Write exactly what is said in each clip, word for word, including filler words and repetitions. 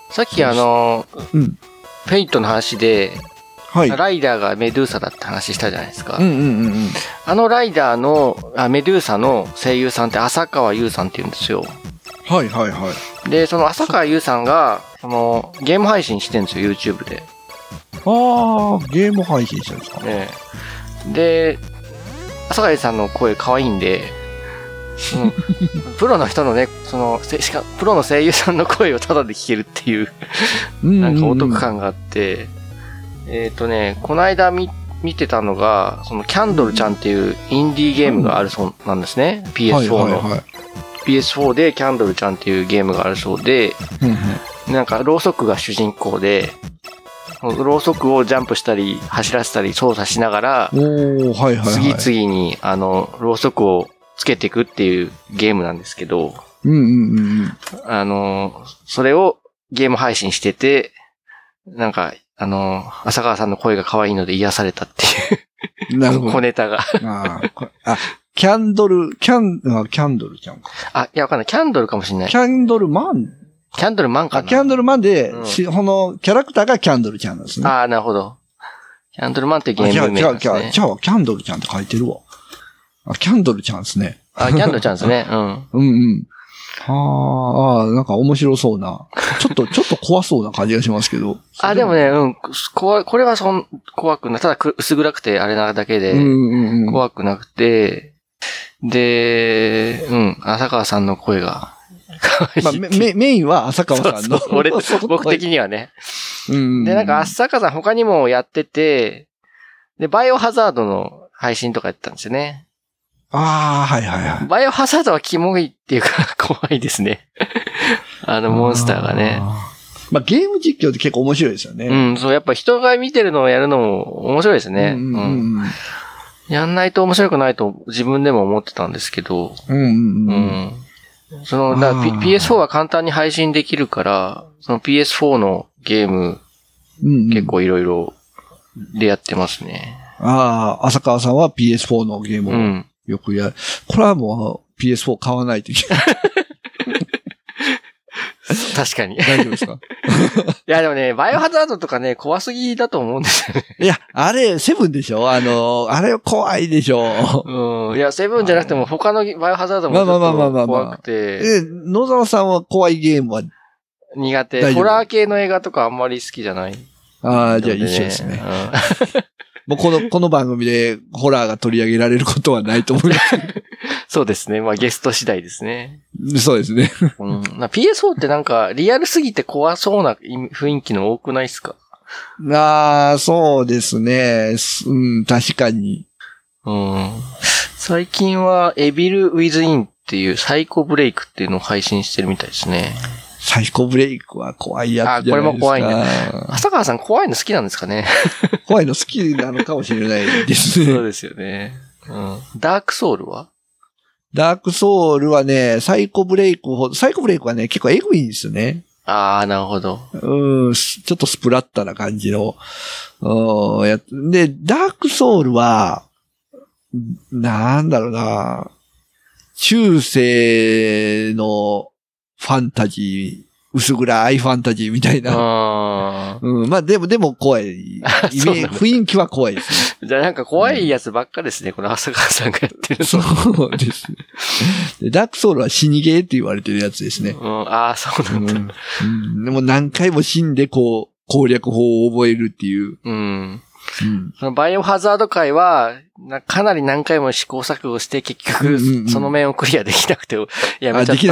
さっきあの、 うん。 フェイトの話で、 はい。 ライダーがメドゥーサだって話したじゃないですか。 うんうんうんうん。 あのライダーの、あメドゥーサの声優さんって浅川優さんって言うんですよ。 はいはいはい。 で、その浅川優さんが、その、ゲーム配信してるんですよ、YouTube で。 ああ、ゲーム配信してるんですか。 ねで、浅川優さんの声可愛いんで、うん、プロの人のね、その、しかプロの声優さんの声をタダで聞けるっていう、なんかお得感があって、えっとね、この間見、見てたのが、そのキャンドルちゃんっていうインディーゲームがあるそうなんですね。ピーエスフォー の。はいはいはい、ピーエスフォー でキャンドルちゃんっていうゲームがあるそうで、うんうん、なんかろうそくが主人公で、ろうそくをジャンプしたり走らせたり操作しながら、おはいはいはい、次々にあのろうそくをつけていくっていうゲームなんですけど、うんうんうん、あの、それをゲーム配信してて、なんか、あの、浅川さんの声が可愛いので癒されたっていう。なるほど。小ネタがあ。あ、キャンドル、キャン、あ、キャンドルちゃんか。 あ、いや、わかんない。キャンドルかもしれない。 キャンドルマンキャンドルマンかな。 あ、キャンドルマンで、うん、このキャラクターがキャンドルちゃんなんですね。 ああ、なるほど。キャンドルマンってゲーム名なんですね。 じゃあ、キャンドルちゃんって書いてるわ。あ、キャンドルちゃんですね。 あ、キャンドルちゃんですね。うん。 うんうん。はあ、なんか面白そうな。ちょっと、ちょっと怖そうな感じがしますけど。 あ、でもね、うん。怖い、これはそん、怖くない。ただ薄暗くてあれなだけで、怖くなくて、で、うん。浅川さんの声が。 まあ、メ, メインは浅川さんの。 そうそう俺、僕的にはね。うん。で、なんか浅川さん他にもやってて、で、バイオハザードの配信とかやってたんですよね。 ああ、はいはいはい。 バイオハザードはキモいっていうか怖いですね。あのモンスターがね。 あまあゲーム実況って結構面白いですよね。 うん、そう、やっぱ人が見てるのをやるのも面白いですね。うん、うんうん。やんないと面白くないと自分でも思ってたんですけど。うんうんうん。うんその、だ ピーエスフォー は簡単に配信できるから、その ピーエスフォー のゲーム、うんうん、結構いろいろでやってますね。 ああ、浅川さんは ピーエスフォー のゲームを、うんよくやる。これはもう ピーエスフォー 買わないといけない。 確かに。 大丈夫ですかいやでもね、バイオハザードとかね、怖すぎだと思うんですよね。 いや、あれ、セブンでしょあの、あれ怖いでしょうん。いや、セブンじゃなくても他のバイオハザードもちょっと怖くて。 え、野沢さんは怖いゲームは苦手。ホラー系の映画とかあんまり好きじゃない。 ああ、じゃあ一緒ですね。うんもうこの、この番組でホラーが取り上げられることはないと思います。 そうですね。まあゲスト次第ですね。 そうですね。 うん、ピーエスフォー ってなんかリアルすぎて怖そうな雰囲気の多くないですか？ ああ、そうですね。うん、確かに。 うん。最近はエビル・ウィズ・インっていうサイコブレイクっていうのを配信してるみたいですね。 サイコブレイクは怖いやつじゃないですか。あ、これも怖いね。 浅川さん怖いの好きなんですかね。 怖いの好きなのかもしれないですね。 そうですよね。うん。ダークソウルは？ ダークソウルはね、サイコブレイクほど、サイコブレイクはね、結構エグいんですよね。 ああ、なるほど。 うん、ちょっとスプラッタな感じの。うん、やで、ダークソウルは、なんだろうな、中世のファンタジー、薄暗いファンタジーみたいな。あうん、まあでも、でも怖い。雰囲気は怖いですね。じゃあなんか怖いやつばっかですね、うん、この浅川さんがやってる。 そうですねで。ダークソウルは死にゲーって言われてるやつですね。 うん、ああ、そうなんだ、うんうん。でも何回も死んでこう、攻略法を覚えるっていう。 うん。うん、そのバイオハザード界は、かなり何回も試行錯誤して結局、その面をクリアできなくてやめちゃったっていう。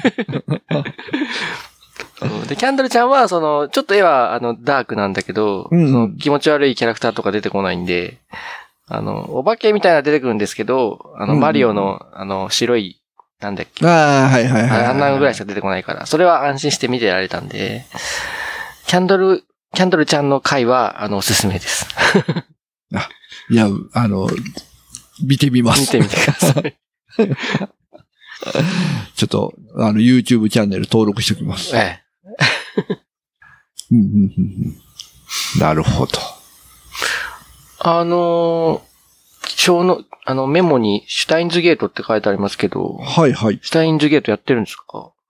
で、キャンドルちゃんは、その、ちょっと絵は、あの、ダークなんだけど、うんうん、その気持ち悪いキャラクターとか出てこないんで、あの、お化けみたいなの出てくるんですけど、あの、うんうん、マリオの、あの、白い、なんだっけ。 ああ、はいはいはい、はい。 あんなぐらいしか出てこないから、それは安心して見てられたんで、キャンドル、キャンドルちゃんの回は、あの、おすすめです。 あ、いや、あの、見てみます。 見てみてください。 ちょっと、あの、YouTube チャンネル登録しておきます。ええ。うんうんうん、なるほど。 あのー、表の、あの、メモに、シュタインズゲートって書いてありますけど。 はいはい。 シュタインズゲートやってるんですか？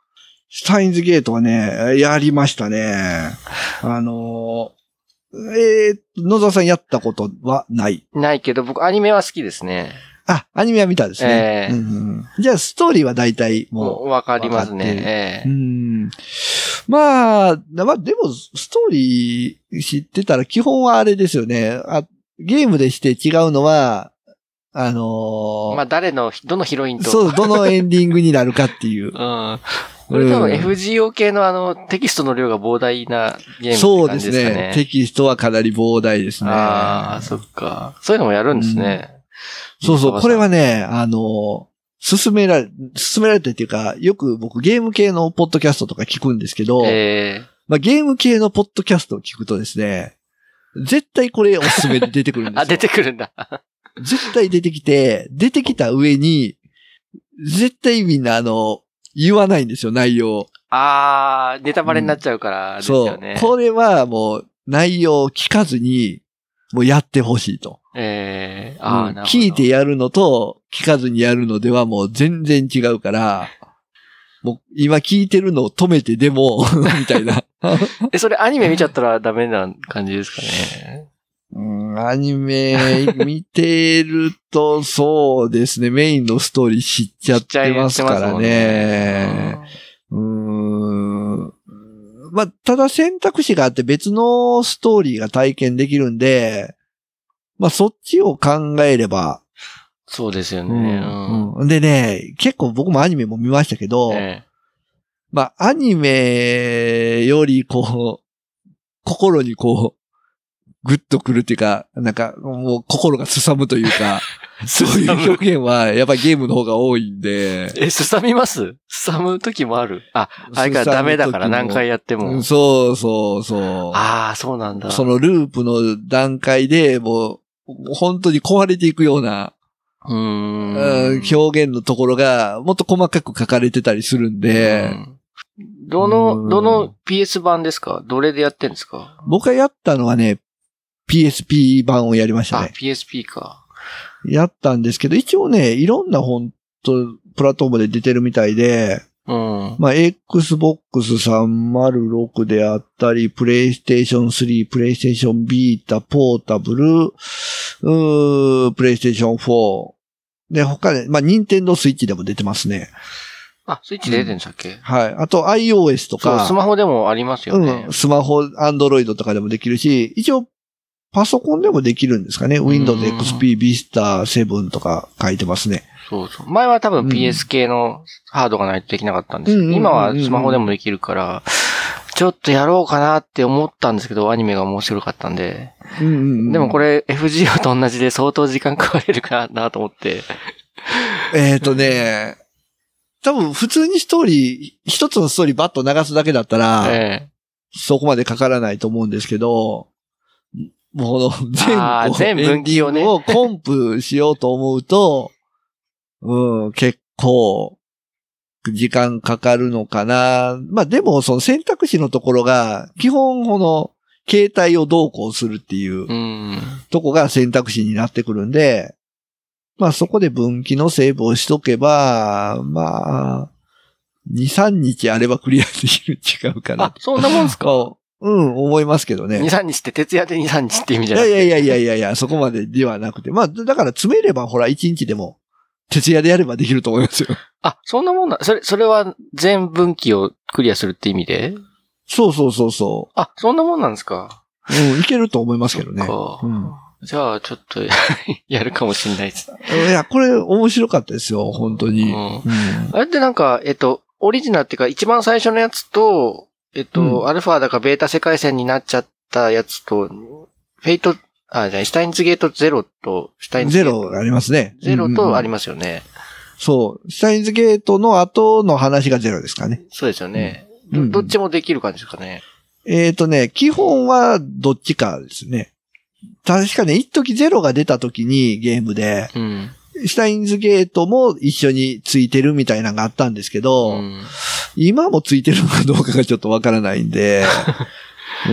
シュタインズゲートはね、やりましたね。あのー、えー、野沢さんやったことはない？ ないけど、僕アニメは好きですね。 あ、アニメは見たんですね。 えーうんうん、じゃあ、ストーリーは大体もう。 わかりますね。えー、 うんまあ、まあ、でも、ストーリー知ってたら基本はあれですよね。あゲームでして違うのは、あのー、 まあ、誰の、どのヒロインと。 そう、どのエンディングになるかっていう。 うん。これ多分 エフジーオー 系のあの、テキストの量が膨大なゲームって感じですかね。 そうですね。テキストはかなり膨大ですね。 ああ、そっか。そういうのもやるんですね。 うん、そうそう、これはね、あの、進められ、進められてっていうか、よく僕ゲーム系のポッドキャストとか聞くんですけど、 えーまあ、ゲーム系のポッドキャストを聞くとですね、絶対これおすすめで出てくるんですよ。 あ、出てくるんだ。 絶対出てきて、出てきた上に、絶対みんなあの、言わないんですよ、内容。 あー、ネタバレになっちゃうからですよね。 うん、そう。これはもう、内容を聞かずに、もうやってほしいと。 ええー、あー、 うん、 なるほど。 聞いてやるのと、聞かずにやるのではもう全然違うから、もう今聞いてるのを止めてでも、みたいな。 え、それアニメ見ちゃったらダメな感じですかね。 うん、アニメ見てると、そうですね、メインのストーリー知っちゃってますからね。うーん。まあ、ただ選択肢があって別のストーリーが体験できるんで、まあ、そっちを考えれば。 そうですよね。 うんうん、でね、結構僕もアニメも見ましたけど、 ええ、 まあ、アニメよりこう、心にこう、グッとくるっていうか、なんか、もう心がすさむというか、そういう表現は、やっぱりゲームの方が多いんで。 え、すさみますすさむ時もある。あ、あれからダメだから何回やっても。 そうそうそう。 ああ、そうなんだ。 そのループの段階でもう、本当に壊れていくような、 うーん表現のところが、もっと細かく書かれてたりするんで。 うんどの、どの ピーエス 版ですか？どれでやってんですか？ 僕がやったのはね、ピーエスピー 版をやりましたね。 あ、ピーエスピー か。 やったんですけど、一応ね、いろんな本当プラットフォームで出てるみたいで、 うん。 まあ、Xbox さんまるろく であったり、PlayStation スリー、PlayStation Vita、ポータブル、うー、PlayStation フォー。で、他で、まあ、Nintendo Switch でも出てますね。 あ、スイッチで出てんでしたっけ、うん、 はい。あと iOS とか。 そう、スマホでもありますよね。 うん。スマホ、Android とかでもできるし、一応、パソコンでもできるんですかね。Windows エックスピー Vista セブンとか書いてますね。 そうそう。前は多分 ピーエス 系のハードがないとできなかったんですけど、うん、今はスマホでもできるから、ちょっとやろうかなって思ったんですけど、アニメが面白かったんで。 うんうんうん、 でもこれ エフジーオー と同じで相当時間かかれるかなと思って。 えっとね、多分普通にストーリー、一つのストーリーバッと流すだけだったら、ええ、そこまでかからないと思うんですけど、もう全部、 全分岐をね。 をコンプしようと思うと、うん、結構、時間かかるのかな。まあでも、その選択肢のところが、基本この、携帯をどうこうするっていう、とこが選択肢になってくるんで、まあそこで分岐のセーブをしとけば、まあ、に、さんにちあればクリアできる違うかな。 あ、そんなもんですか？ うん、思いますけどね。 に、さんにちって徹夜でに、さんにちって意味じゃなくて。 いやいやいやいやいや、そこまでではなくて。まあ、だから詰めればほらいちにちでも、徹夜でやればできると思いますよ。 あ、そんなもんな、それ、それは全分岐をクリアするって意味で？ そうそうそうそう。 あ、そんなもんなんですか？ うん、いけると思いますけどね。 うん、じゃあ、ちょっとやるかもしれないです。 いや、これ面白かったですよ、本当に。うんうん、あれってなんか、えっと、オリジナルっていうか、一番最初のやつと、えっと、うん、アルファだかベータ世界線になっちゃったやつと、フェイト、あ、じゃあ、シュタインズゲートゼロと、シュタインズゲート。 ゼロありますね。 ゼロとありますよね。うんうん、 そう。シュタインズゲートの後の話がゼロですかね。 そうですよね。うん、ど, どっちもできる感じですかね。 えっとね、基本はどっちかですね。確かね、一時ゼロが出た時にゲームで、うん、シュタインズゲートも一緒についてるみたいなのがあったんですけど、うん、今もついてるのかどうかがちょっとわからないんで、うん、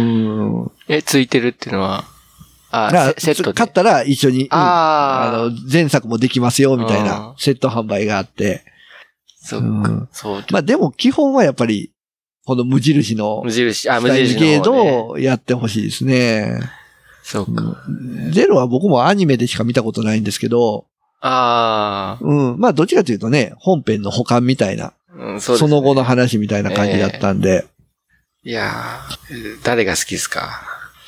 え、ついてるっていうのは、あ、セットで。 買ったら一緒に、 あ、 うん、あの、前作もできますよみたいなセット販売があって、 そうか、うん、そう。 まあでも基本はやっぱり、この無印の、 無印、あ、無印の、ね。 ゲードをやってほしいですね。 そうか。 ゼロは僕もアニメでしか見たことないんですけど、 ああ。 うん。まあどっちかというとね、本編の補完みたいな、うん、そうですね、その後の話みたいな感じだったんで。 えー、いやー、誰が好きですか？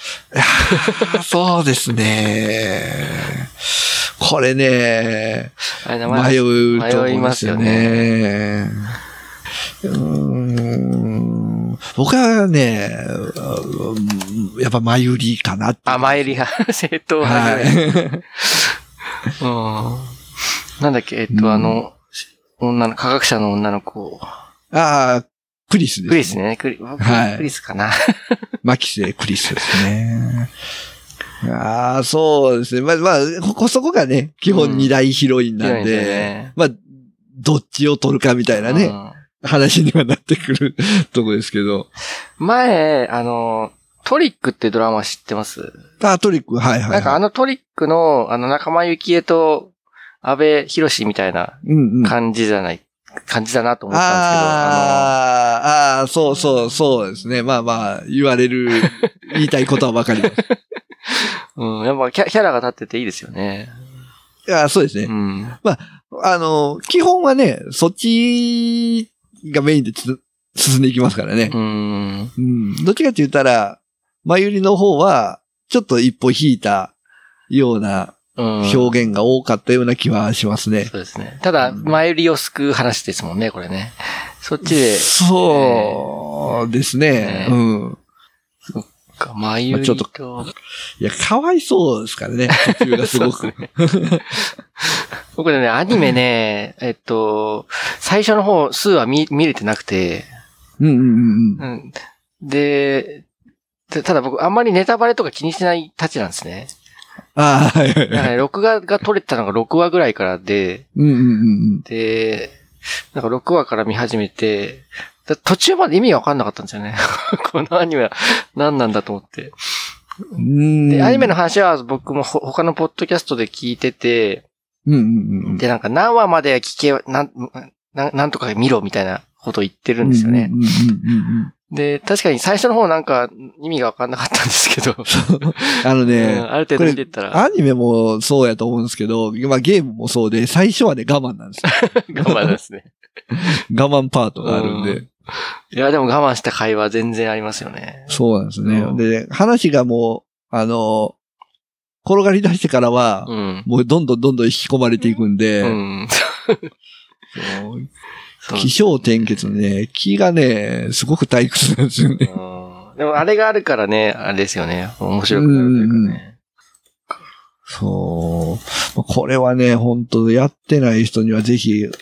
そうですね。これね、迷うと思いますよね。うーん、僕はね、やっぱマユリかなって。 あ、マユリ派、正統派。はいうん。なんだっけ、えっと、うん、あの、女の、科学者の女の子。 ああ、クリスですね。 クリスね。クリ、はい、クリスかな。 マキセクリスですね。ああ、そうですね。まあ、まあ、ここそこがね、基本二大ヒロインなんで、うんね、まあ、どっちを取るかみたいなね、うん、話にはなってくるとこですけど。 前、あの、トリックってドラマ知ってます？ あ、トリック、はいはい、はい。 なんかあのトリックの、あの仲間由紀恵と安倍博士みたいな感じじゃない、うんうん、感じだなと思ったんですけど。 ああ、ああ、そうそう、そうですね。まあまあ、言われる、言いたいことはわかります。 うん、やっぱキャキャラが立ってていいですよね。 いや、そうですね。うん、まあ、あの、基本はね、そっちがメインでつ進んでいきますからね。うん、うん。どっちかって言ったら、マユリの方は、ちょっと一歩引いたような表現が多かったような気はしますね。 そうですね。ただ、マユリを救う話ですもんね、これね。そっちで。 そうですね。えー、うん。 そっか、マユリと、まあ、ちょっと。 いや、かわいそうですからね、途中がすごく。ね、 僕ね、アニメね、えっと、最初の方、数は見、見れてなくて。 うんうんうんうん。 うん、で、ただ僕、あんまりネタバレとか気にしてないたちなんですね。 ああ、はいはい。 だからね、録画が撮れてたのがろくわぐらいからで、 うんうんうん、 で、なんかろくわから見始めて、途中まで意味がわかんなかったんですよね。このアニメは何なんだと思って。 うんで、アニメの話は僕も他のポッドキャストで聞いてて、 うんうんうん、 で、なんか何話まで聞け、なん、ななんとか見ろみたいなことを言ってるんですよね。 うんうんうんうんで、確かに最初の方なんか意味がわかんなかったんですけど。 あのね、 うん、ある程度見てったら。 アニメもそうやと思うんですけど、まあゲームもそうで、最初はね我慢なんですよ。我慢ですね。 我慢パートがあるんで、うん。 いや、でも我慢した会話全然ありますよね。 そうなんですね。うん、で、話がもう、あの、転がり出してからは、うん、もうどんどんどんどん引き込まれていくんで、うん起承転結のね、気がね、すごく退屈なんですよね。 うん、でもあれがあるからね、あれですよね。面白くなるというかね。 そう。これはね、本当やってない人にはぜひ、うん、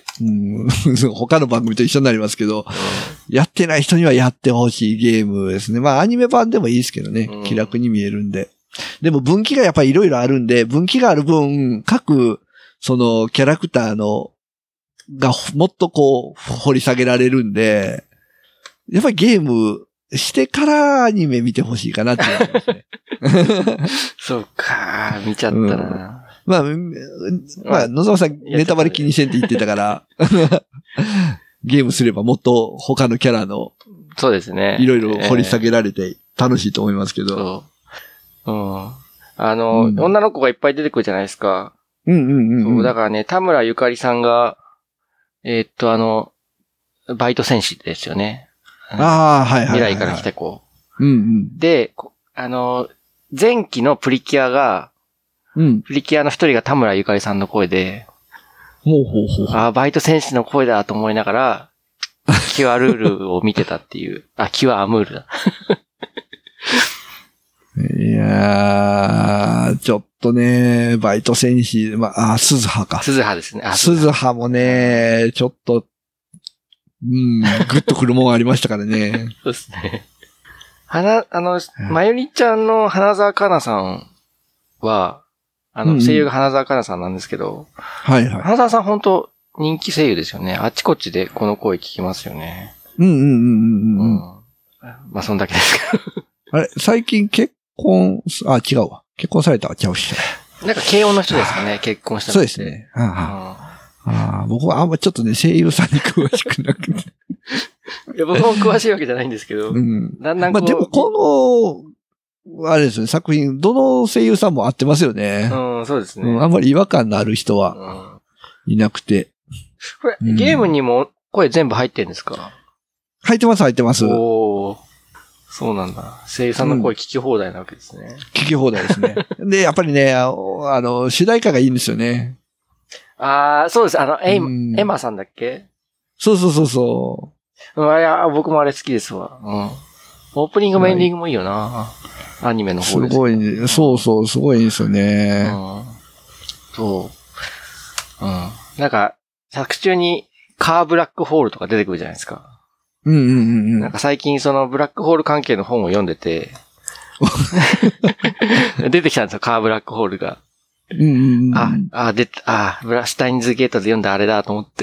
他の番組と一緒になりますけど、うん、やってない人にはやってほしいゲームですね。まあアニメ版でもいいですけどね、うん、気楽に見えるんで。でも分岐がやっぱりいろいろあるんで、分岐がある分、各、そのキャラクターのがもっとこう掘り下げられるんで、やっぱりゲームしてからアニメ見てほしいかなって思いますね。 そうか、見ちゃったな。うん、 まあ、まあ、野沢さんネタバレ気にせんって言ってたから、ゲームすればもっと他のキャラの、 そうですね。 いろいろ掘り下げられて楽しいと思いますけど。 そう。うん。あの、うん、女の子がいっぱい出てくるじゃないですか。 うんうんうん、うん。 そう、だからね、田村ゆかりさんが、えー、っと、あの、バイト戦士ですよね。 ああ、はいはい、はい。 未来から来た子。 うんうん。 で、あの、前期のプリキュアが、 うん。 プリキュアの一人が田村ゆかりさんの声で、 ほうほうほう。 ああ、バイト戦士の声だと思いながら、キュアルールを見てたっていう。あ、キュアアムールだ。 いやー、ちょっとね、バイト戦士、まあ、あ、鈴葉か。 鈴葉ですね。 鈴葉もね、ちょっと、うん、グッとくるもんありましたからね。 そうですね。花、あの、まゆりちゃんの花澤香菜さんは、あの、声優が花澤香菜さんなんですけど、うん、 はいはい。 花澤さん本当人気声優ですよね。あっちこっちでこの声聞きますよね。 うんうんうんうんうん。 うん、まあ、そんだけですけど。 あれ、最近結婚、あ、違うわ。結婚されたわ、ちゃうし。 なんか、慶応の人ですかね、結婚したそうですね。あああ僕はあんまちょっとね、声優さんに詳しくなくて。 いや、僕も詳しいわけじゃないんですけど。 うん。 だんだんこう。 まあでもこの、あれですね、作品、どの声優さんも合ってますよね。 うん、そうですね。 うん、あんまり違和感のある人はいなくて。 これ、うん、ゲームにも声全部入ってるんですか？ 入ってます、入ってます。 おー。そうなんだ。声優さんの声聞き放題なわけですね。うん、 聞き放題ですね。で、やっぱりね、あの、主題歌がいいんですよね。 ああ、そうです。あの、エイ、うん、エマさんだっけ？ そうそうそうそう。 うん、あれ、僕もあれ好きですわ。うん。オープニングもエンディングもいいよな。アニメの方です。 すごい、ね、そうそう、すごいですよね。 うん。そう。うん。なんか、作中にカーブラックホールとか出てくるじゃないですか。 うんうんうんうん。 なんか最近そのブラックホール関係の本を読んでて、出てきたんですよ、カーブラックホールが。 うんうんうん、 あ、あ、で、あ、ブラスタインズゲートで読んだあれだと思って。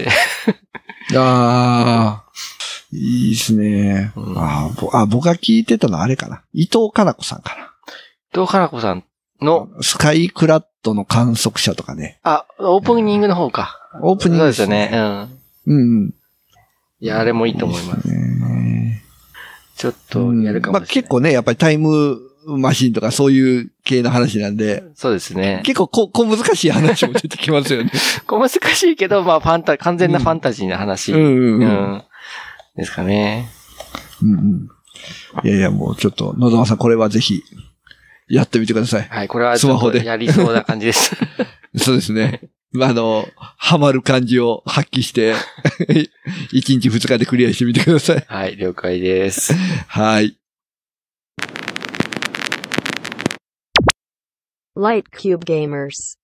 ああ、いいですね。うん、ああ、僕が聞いてたのはあれかな。伊藤かな子さんかな。 伊藤かな子さんのスカイクラッドの観測者とかね。 あ、オープニングの方か。 オープニングですよね。うん。 うん。 いや、あれもいいと思います。いいね、ちょっとやるかもしれない。うん、まあ結構ね、やっぱりタイムマシンとかそういう系の話なんで。 そうですね。 結構こ、こ難しい話も出てきますよね。 こ難しいけど、まあファンタ、完全なファンタジーな話。うん。うんうんうん、ですかね。 うんうん。いやいや、もうちょっと、野沢さんこれはぜひ、やってみてください。 はい、これはスマホでやりそうな感じです。 そうですね。まあ、あの、ハマる感じを発揮して、いちにちふつかでクリアしてみてください。 はい、了解です。 はい。 Light Cube Gamers